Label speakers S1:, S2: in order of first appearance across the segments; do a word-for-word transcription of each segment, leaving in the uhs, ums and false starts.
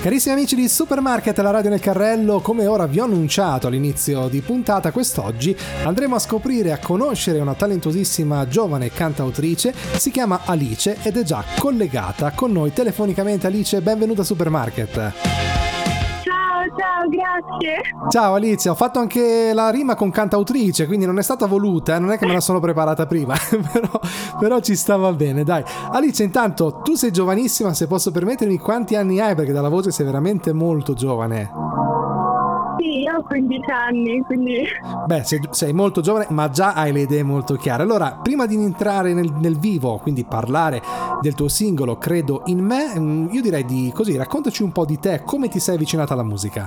S1: Carissimi amici di Supermarket, la radio nel carrello, come ora vi ho annunciato all'inizio di puntata, quest'oggi andremo a scoprire e a conoscere una talentuosissima giovane cantautrice. Si chiama Alice ed è già collegata con noi telefonicamente. Alice, benvenuta a Supermarket.
S2: Ciao, grazie.
S1: Ciao Alice, ho fatto anche la rima con cantautrice, quindi non è stata voluta, eh? Non è che me la sono preparata prima, però, però ci stava bene, dai. Alice, intanto, tu sei giovanissima, se posso permettermi, quanti anni hai? Perché dalla voce sei veramente molto giovane.
S2: Sì, io ho quindici anni, quindi...
S1: Beh, sei, sei molto giovane, ma già hai le idee molto chiare. Allora, prima di entrare nel, nel vivo, quindi parlare del tuo singolo Credo in me, io direi di così, raccontaci un po' di te, come ti sei avvicinata alla musica.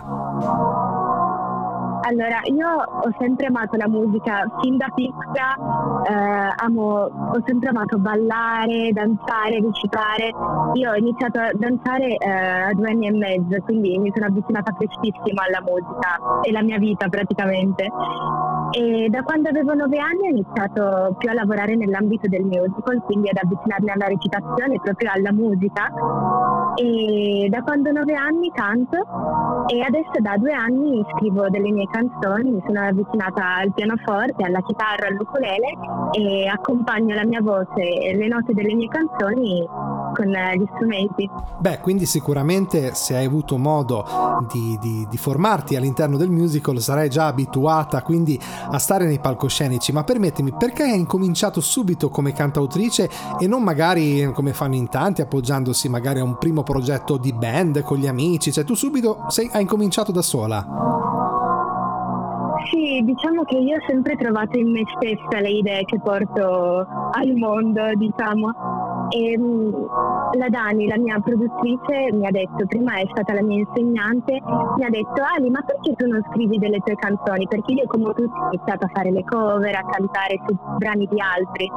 S2: Allora, io ho sempre amato la musica, fin da piccola, eh, amo, ho sempre amato ballare, danzare, recitare. Io ho iniziato a danzare eh, a due anni e mezzo, quindi mi sono avvicinata prestissimo alla musica e la mia vita praticamente. E da quando avevo nove anni ho iniziato più a lavorare nell'ambito del musical, quindi ad avvicinarmi alla recitazione, proprio alla musica. E da quando ho nove anni canto e adesso da due anni scrivo delle mie canzoni, mi sono avvicinata al pianoforte, alla chitarra, all'ukulele e accompagno la mia voce e le note delle mie canzoni con gli strumenti.
S1: Beh, quindi sicuramente se hai avuto modo di, di, di formarti all'interno del musical sarai già abituata quindi a stare nei palcoscenici, ma permettimi, perché hai incominciato subito come cantautrice e non magari come fanno in tanti appoggiandosi magari a un primo progetto di band con gli amici, cioè tu subito sei, hai incominciato da sola?
S2: Sì, diciamo che io ho sempre trovato in me stessa le idee che porto al mondo, diciamo. E la Dani, la mia produttrice, mi ha detto, prima è stata la mia insegnante, mi ha detto: Ali, ma perché tu non scrivi delle tue canzoni? Perché io, come tutti, ho iniziato a fare le cover, a cantare su brani di altri.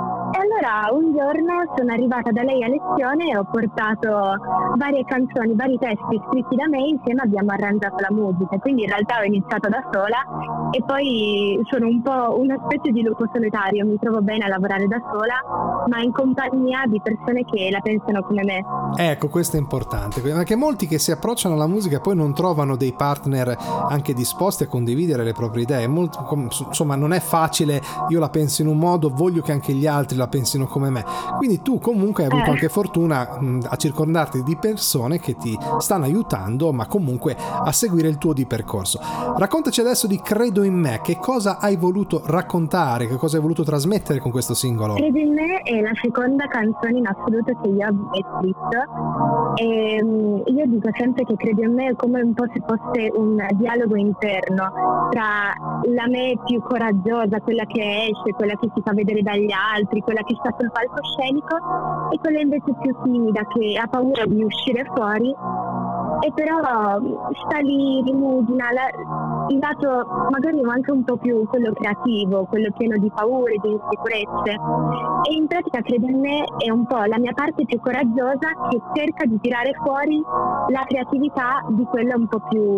S2: E allora un giorno sono arrivata da lei a lezione e ho portato varie canzoni, vari testi scritti da me, insieme abbiamo arrangiato la musica, quindi in realtà ho iniziato da sola e poi sono un po' una specie di lupo solitario, mi trovo bene a lavorare da sola, ma in compagnia di persone che la pensano come me.
S1: Ecco, questo è importante, perché molti che si approcciano alla musica poi non trovano dei partner anche disposti a condividere le proprie idee. Molto, insomma, non è facile, io la penso in un modo, voglio che anche gli altri la pensino come me. Quindi tu comunque hai avuto eh. anche fortuna mh, a circondarti di persone che ti stanno aiutando, ma comunque a seguire il tuo di percorso. Raccontaci adesso di Credo in me, che cosa hai voluto raccontare, che cosa hai voluto trasmettere con questo singolo?
S2: Credo in me è la seconda canzone in assoluto che io abbia scritto e um, io dico sempre che Credo in me è come un po' se fosse un dialogo interno tra la me più coraggiosa, quella che esce, quella che si fa vedere dagli altri, quella che sta sul palcoscenico, e quella invece più timida che ha paura di uscire fuori e però sta lì, rimugina, la, il lato magari anche un po' più quello creativo, quello pieno di paure, di insicurezze. E in pratica Credo in me è un po' la mia parte più coraggiosa che cerca di tirare fuori la creatività di quella un po' più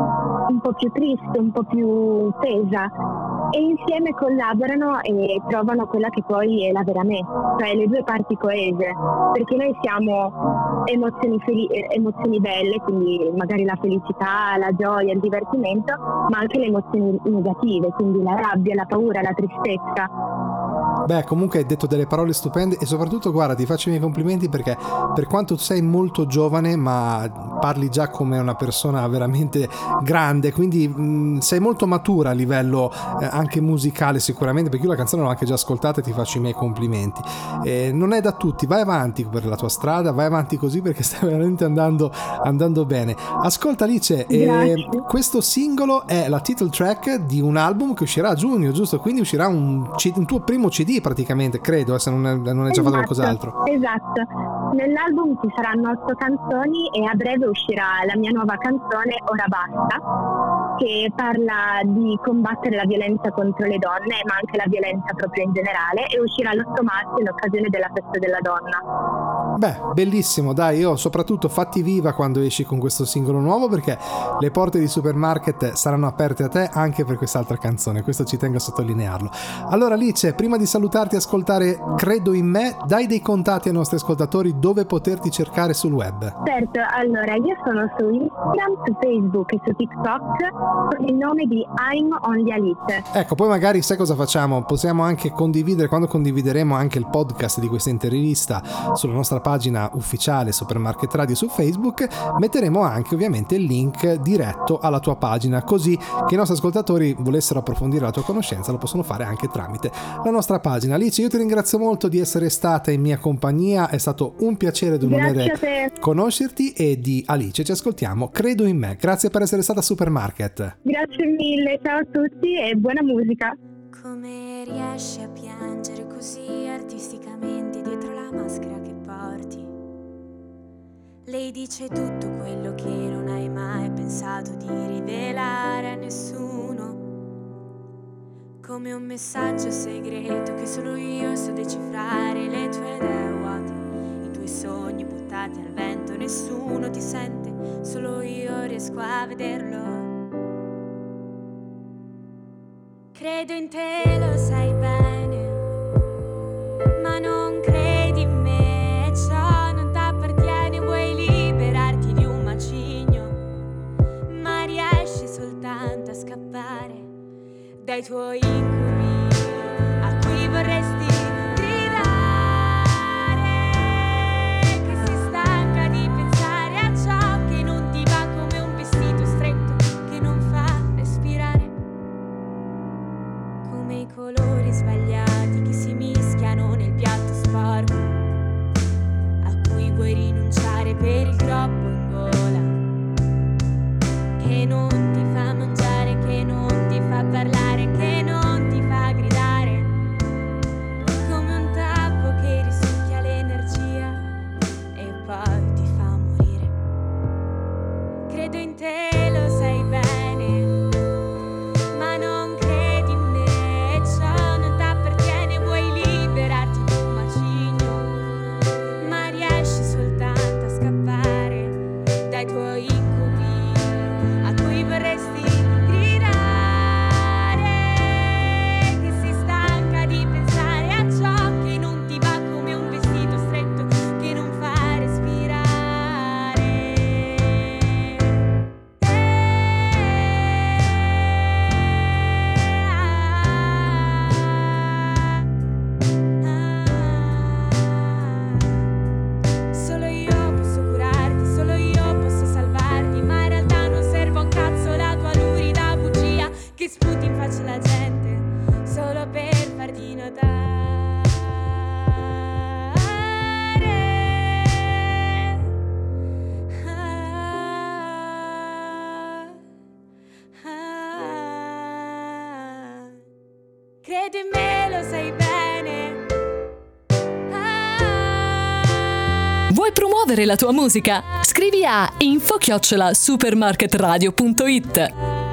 S2: un po' più triste, un po' più tesa, e insieme collaborano e trovano quella che poi è la vera me, cioè le due parti coese, perché noi siamo emozioni, fel- emozioni belle, quindi magari la felicità, la gioia, il divertimento, ma anche le emozioni negative, quindi la rabbia, la paura, la tristezza.
S1: Beh, comunque hai detto delle parole stupende e soprattutto, guarda, ti faccio i miei complimenti perché per quanto tu sei molto giovane, ma parli già come una persona veramente grande, quindi mh, sei molto matura a livello eh, anche musicale sicuramente, perché io la canzone l'ho anche già ascoltata e ti faccio i miei complimenti. Eh, non è da tutti, vai avanti per la tua strada, vai avanti così perché stai veramente andando, andando bene. Ascolta Alice, eh, questo singolo è la title track di un album che uscirà a giugno, giusto? Quindi uscirà un, un tuo primo C D praticamente, credo, se non è, non è già
S2: esatto,
S1: fatto qualcos'altro.
S2: Esatto, nell'album ci saranno otto canzoni e a breve uscirà la mia nuova canzone Ora Basta, che parla di combattere la violenza contro le donne, ma anche la violenza proprio in generale, e uscirà l'otto marzo in occasione della festa della donna.
S1: Beh, bellissimo, dai, io soprattutto fatti viva quando esci con questo singolo nuovo, perché le porte di Supermarket saranno aperte a te anche per quest'altra canzone, questo ci tengo a sottolinearlo. Allora Alice, prima di salutarti e ascoltare Credo in me, dai dei contatti ai nostri ascoltatori dove poterti cercare sul web.
S2: Certo, allora io sono su Instagram, su Facebook e su TikTok con il nome di I'm Only Alice.
S1: Ecco, poi magari sai cosa facciamo? Possiamo anche condividere, quando condivideremo anche il podcast di questa intervista sulla nostra pagina ufficiale Supermarket Radio su Facebook, metteremo anche ovviamente il link diretto alla tua pagina, così che i nostri ascoltatori volessero approfondire la tua conoscenza lo possono fare anche tramite la nostra pagina. Alice, io ti ringrazio molto di essere stata in mia compagnia, è stato un piacere ed un onore conoscerti, e di Alice ci ascoltiamo Credo in me. Grazie per essere stata a Supermarket.
S2: Grazie mille, ciao a tutti e buona musica.
S3: Come riesci a piangere così artisticamente dietro la maschera che porti? Lei dice tutto quello che non hai mai pensato di rivelare a nessuno, come un messaggio segreto che solo io so decifrare. Le tue idee vuote, i tuoi sogni buttati al vento, nessuno ti sente, solo io riesco a vederlo. Credo in te, lo sai bene, ma non credi in me, ciò non t'appartiene, vuoi liberarti di un macigno, ma riesci soltanto a scappare dai tuoi incubi a cui vorresti gridare, che sei stanca di pensare a ciò che non ti va, come un vestito stretto che non fa respirare, come i colori sbagliati che si mischiano nel piatto sporco a cui vuoi rinunciare per il groppo in gola, che non ti fa mangiare, che non ti fa parlare, che non ti fa gridare, come un tappo che risucchia l'energia e poi ti fa morire. Credo in te, lo sai bene, ma non credi in me, ciò non t'appartiene, vuoi liberarti di un macigno, ma riesci soltanto a scappare dai tuoi incubi a cui vorresti gridare, che sei stanca di pensare a ciò che non ti va, come un vestito stretto che non fa respirare. Solo io posso curarti, solo io posso salvarti, ma in realtà non serve un cazzo la tua lurida bugia che sputi in faccia alla gente solo per farti notare. Ah, ah. Credi in me, lo sai bene. Ah.
S4: Vuoi promuovere la tua musica? Scrivi a info chiocciola supermarketradio punto it.